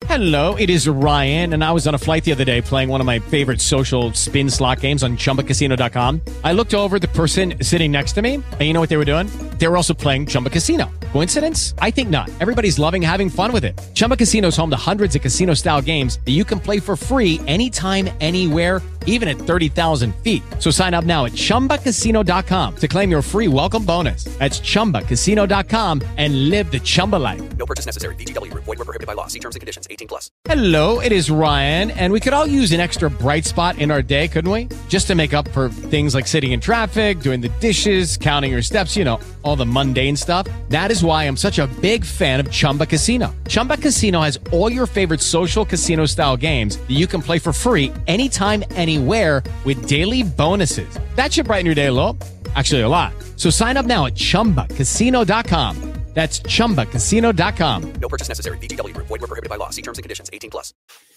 Hello, it is Ryan, and I was on a flight the other day playing one of my favorite social spin slot games on ChumbaCasino.com. I looked over the person sitting next to me, and you know what they were doing? They were also playing Chumba Casino. Coincidence? I think not. Everybody's loving having fun with it. Chumba Casino is home to hundreds of casino-style games that you can play for free anytime, anywhere, even at 30,000 feet. So sign up now at ChumbaCasino.com to claim your free welcome bonus. That's ChumbaCasino.com and live the Chumba life. No purchase necessary. VGW. Void were prohibited by law. See terms and conditions. 18+. Hello, it is Ryan, and we could all use an extra bright spot in our day, couldn't we? Just to make up for things like sitting in traffic, doing the dishes, counting your steps, you know, all the mundane stuff. That is why I'm such a big fan of Chumba Casino. Chumba Casino has all your favorite social casino-style games that you can play for free anytime, anywhere with daily bonuses. That should brighten your day a little. Actually, a lot. So sign up now at ChumbaCasino.com. That's ChumbaCasino.com. No purchase necessary. VGW. Void were prohibited by law. See terms and conditions. 18+.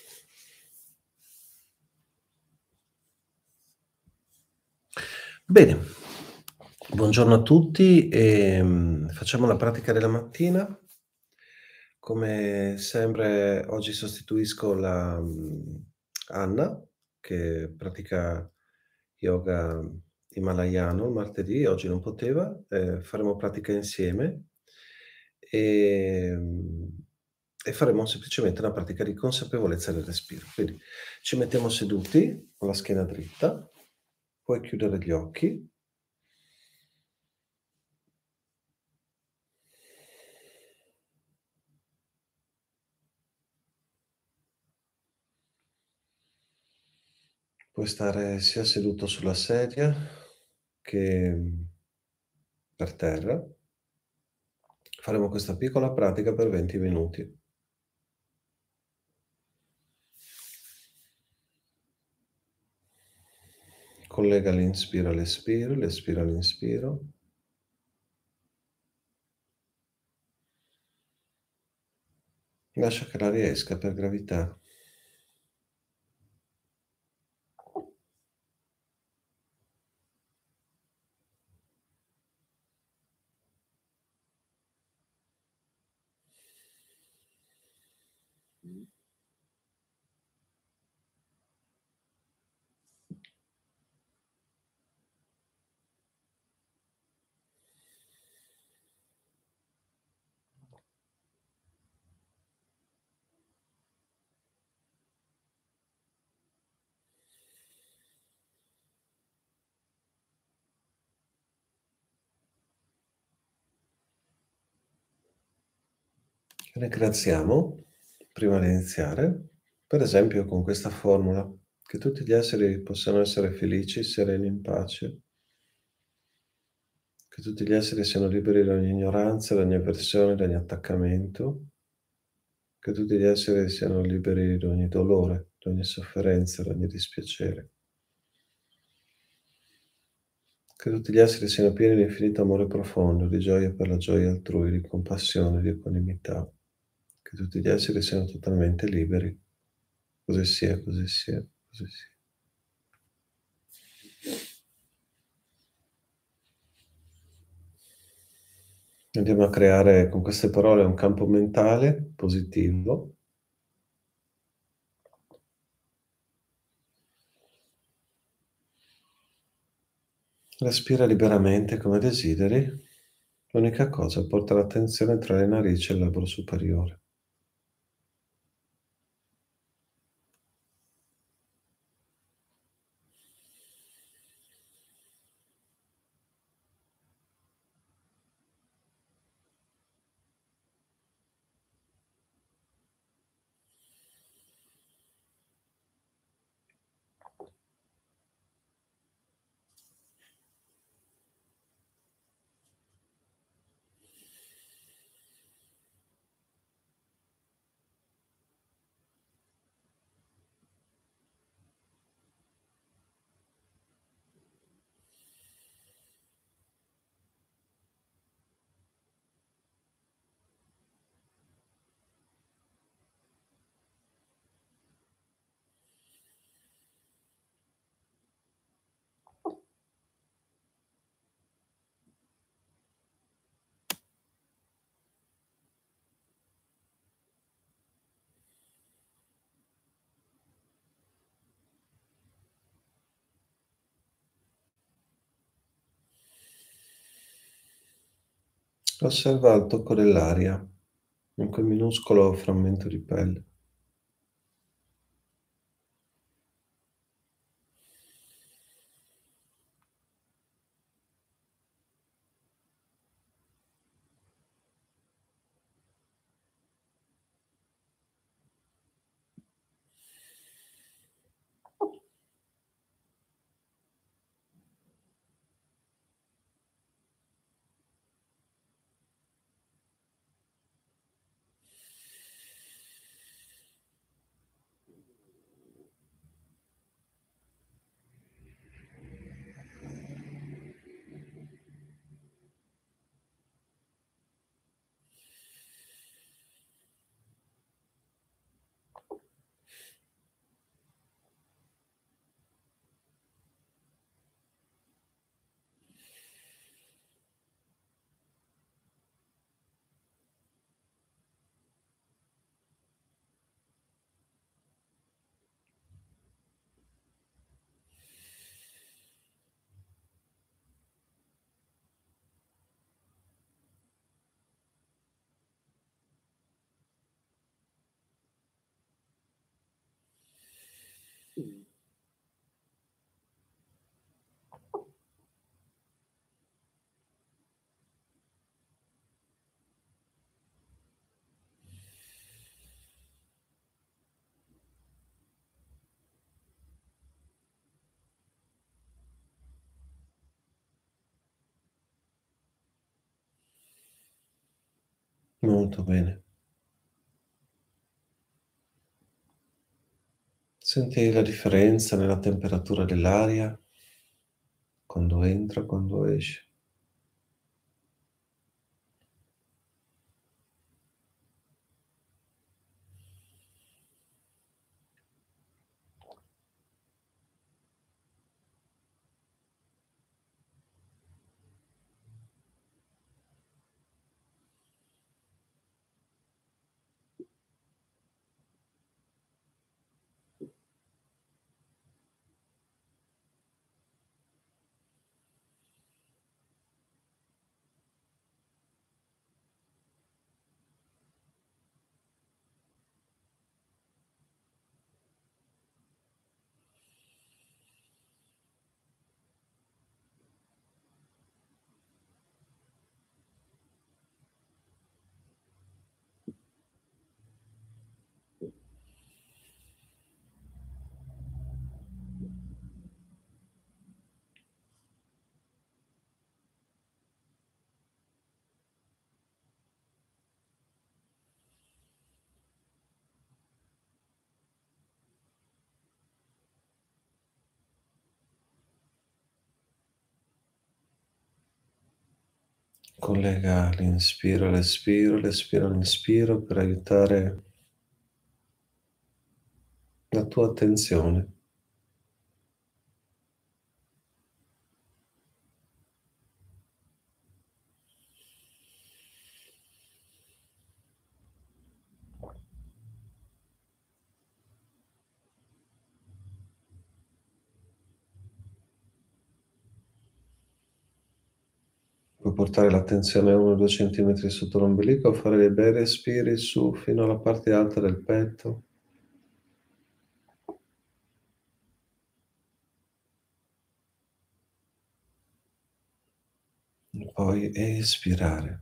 Bene, buongiorno a tutti e facciamo la pratica della mattina. Come sempre oggi sostituisco Anna che pratica yoga himalayano il martedì, oggi non poteva, faremo pratica insieme e faremo semplicemente una pratica di consapevolezza del respiro. Quindi ci mettiamo seduti con la schiena dritta, puoi chiudere gli occhi. Puoi stare sia seduto sulla sedia che per terra. Faremo questa piccola pratica per 20 minuti. Collega l'inspiro all'espiro, l'espiro all'inspiro. Lascia che l'aria esca per gravità. Ringraziamo, prima di iniziare, per esempio con questa formula, che tutti gli esseri possano essere felici, sereni, in pace, che tutti gli esseri siano liberi da ogni ignoranza, da ogni avversione, da ogni attaccamento, che tutti gli esseri siano liberi da ogni dolore, da ogni sofferenza, da ogni dispiacere, che tutti gli esseri siano pieni di infinito amore profondo, di gioia per la gioia altrui, di compassione, di equanimità, che tutti gli esseri siano totalmente liberi. Così sia, così sia, così sia. Andiamo a creare con queste parole un campo mentale positivo. Respira liberamente come desideri. L'unica cosa, porta l'attenzione tra le narici e il labbro superiore. Osserva il tocco dell'aria in quel minuscolo frammento di pelle. Molto bene. Senti la differenza nella temperatura dell'aria quando entra, quando esce? Collega l'inspiro all'espiro, l'espiro all'inspiro per aiutare la tua attenzione. Puoi portare l'attenzione a 1-2 centimetri sotto l'ombelico, fare dei bei respiri su fino alla parte alta del petto. E poi espirare.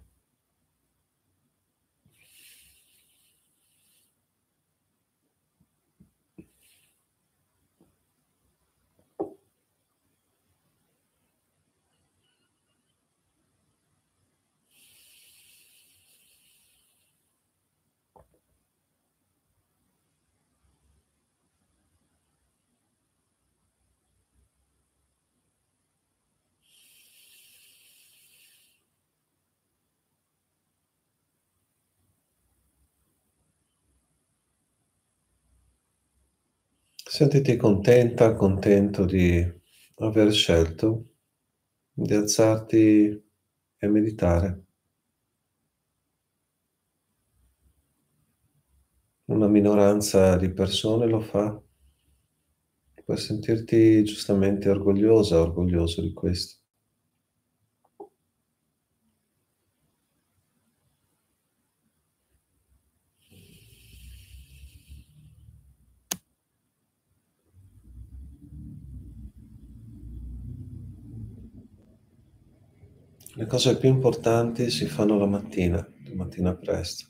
Sentiti contenta, contento di aver scelto di alzarti e meditare. Una minoranza di persone lo fa. Puoi sentirti giustamente orgogliosa, orgoglioso di questo. Le cose più importanti si fanno la mattina presto.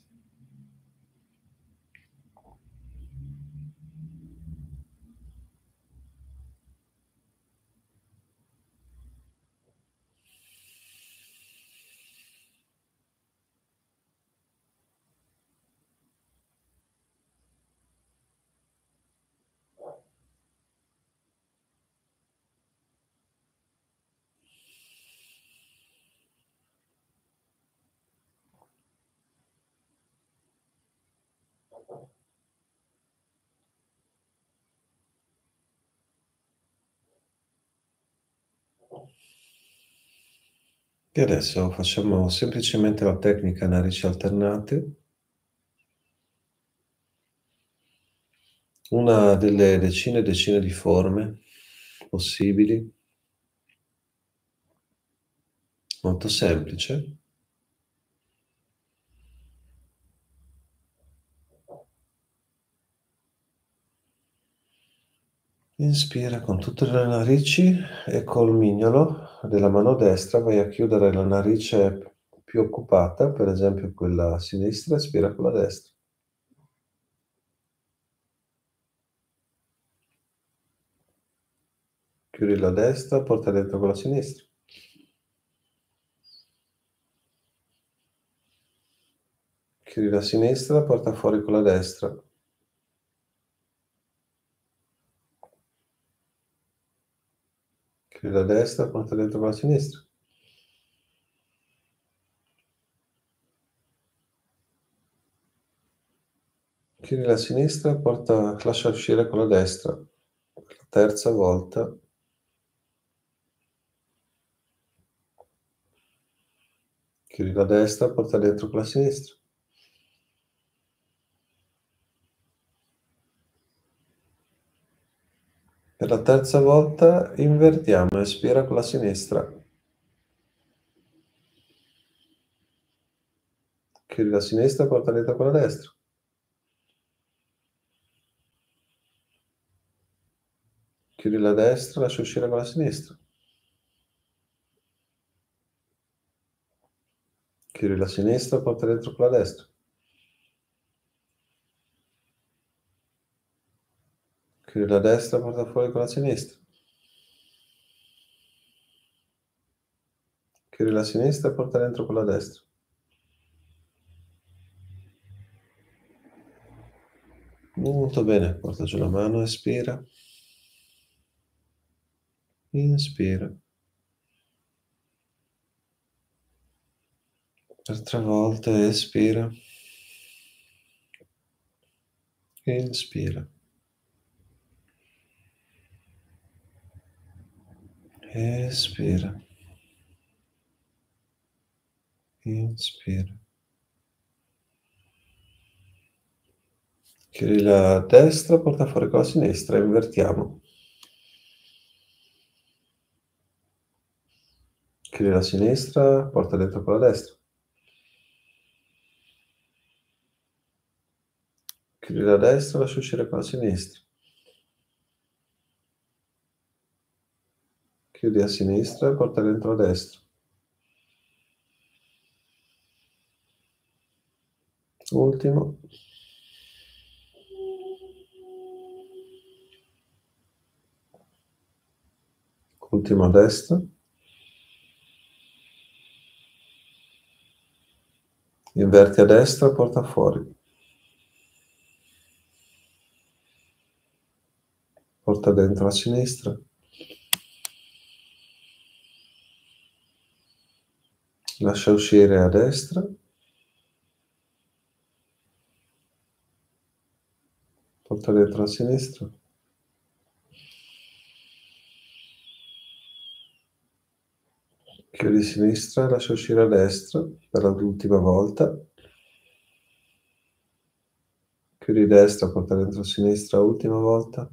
E adesso facciamo semplicemente la tecnica narici alternate, una delle decine e decine di forme possibili, molto semplice. Inspira con tutte le narici e col mignolo della mano destra vai a chiudere la narice più occupata, per esempio quella a sinistra, espira con la destra. Chiudi la destra, porta dentro con la sinistra. Chiudi la sinistra, porta fuori con la destra. Chiudi la destra, porta dentro con la sinistra. Chiudi la sinistra, lascia uscire con la destra. La terza volta. Chiudi la destra, porta dentro con la sinistra. Per la terza volta invertiamo, espira con la sinistra. Chiudi la sinistra, porta dentro con la destra. Chiudi la destra, lascia uscire con la sinistra. Chiudi la sinistra, porta dentro con la destra. Chiudi la destra, porta fuori con la sinistra. Chiudi la sinistra, porta dentro con la destra. Molto bene, porta giù la mano, espira. Inspira. Per 3 volte, espira. Inspira. Espira. Inspira. Chiudi la destra, porta fuori con la sinistra, invertiamo. Chiudi la sinistra, porta dentro con la destra. Chiudi la destra, lascia uscire con la sinistra. Chiudi a sinistra, porta dentro la destra. Ultimo. Ultimo a destra. Inverti a destra, porta fuori. Porta dentro a sinistra. Lascia uscire a destra. Porta dentro a sinistra. Chiudi sinistra, lascia uscire a destra per l'ultima volta. Chiudi destra, porta dentro a sinistra, ultima volta.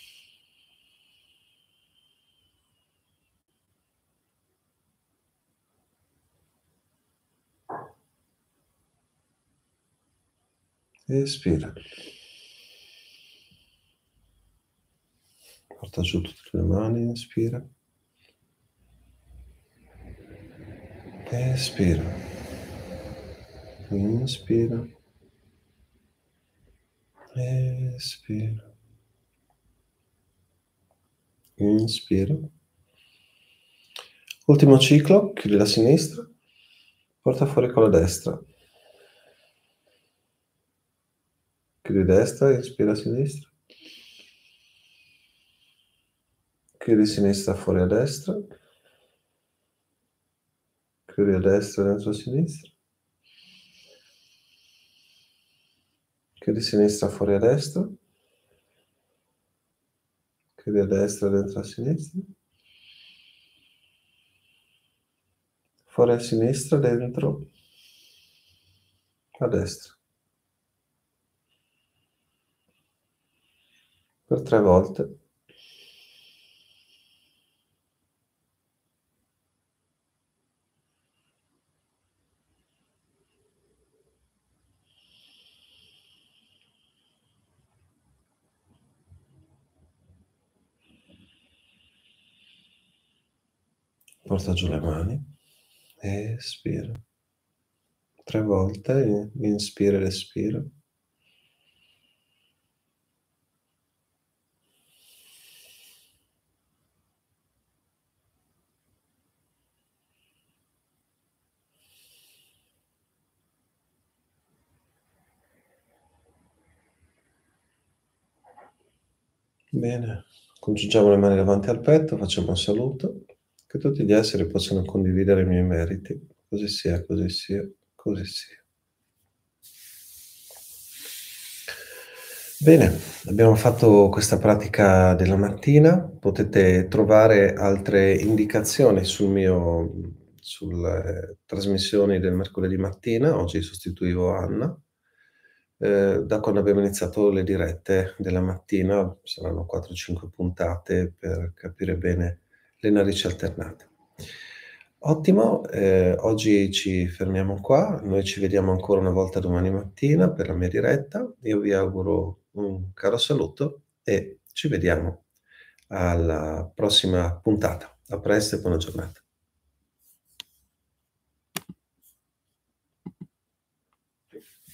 Espira. Porta giù tutte le mani, inspira. Espira. Inspira. Espira. Inspira. Ultimo ciclo, chiudi la sinistra, porta fuori con la destra. Chiudi destra, inspira a sinistra. Chiudi sinistra fuori a destra. Chiudi a destra dentro a sinistra. Chiudi sinistra fuori a destra. Chiudi a destra dentro a sinistra. Fuori a sinistra, dentro a destra. Per 3 volte. Porta giù le mani. Espira. 3 volte, inspira ed espira. Bene, congiungiamo le mani davanti al petto, facciamo un saluto, che tutti gli esseri possano condividere i miei meriti. Così sia, così sia, così sia. Bene, abbiamo fatto questa pratica della mattina. Potete trovare altre indicazioni sulle trasmissioni del mercoledì mattina. Oggi sostituivo Anna. Da quando abbiamo iniziato le dirette della mattina, saranno 4 o 5 puntate per capire bene le narici alternate. Ottimo, oggi ci fermiamo qua. Noi ci vediamo ancora una volta domani mattina per la mia diretta. Io vi auguro un caro saluto e ci vediamo alla prossima puntata. A presto e buona giornata.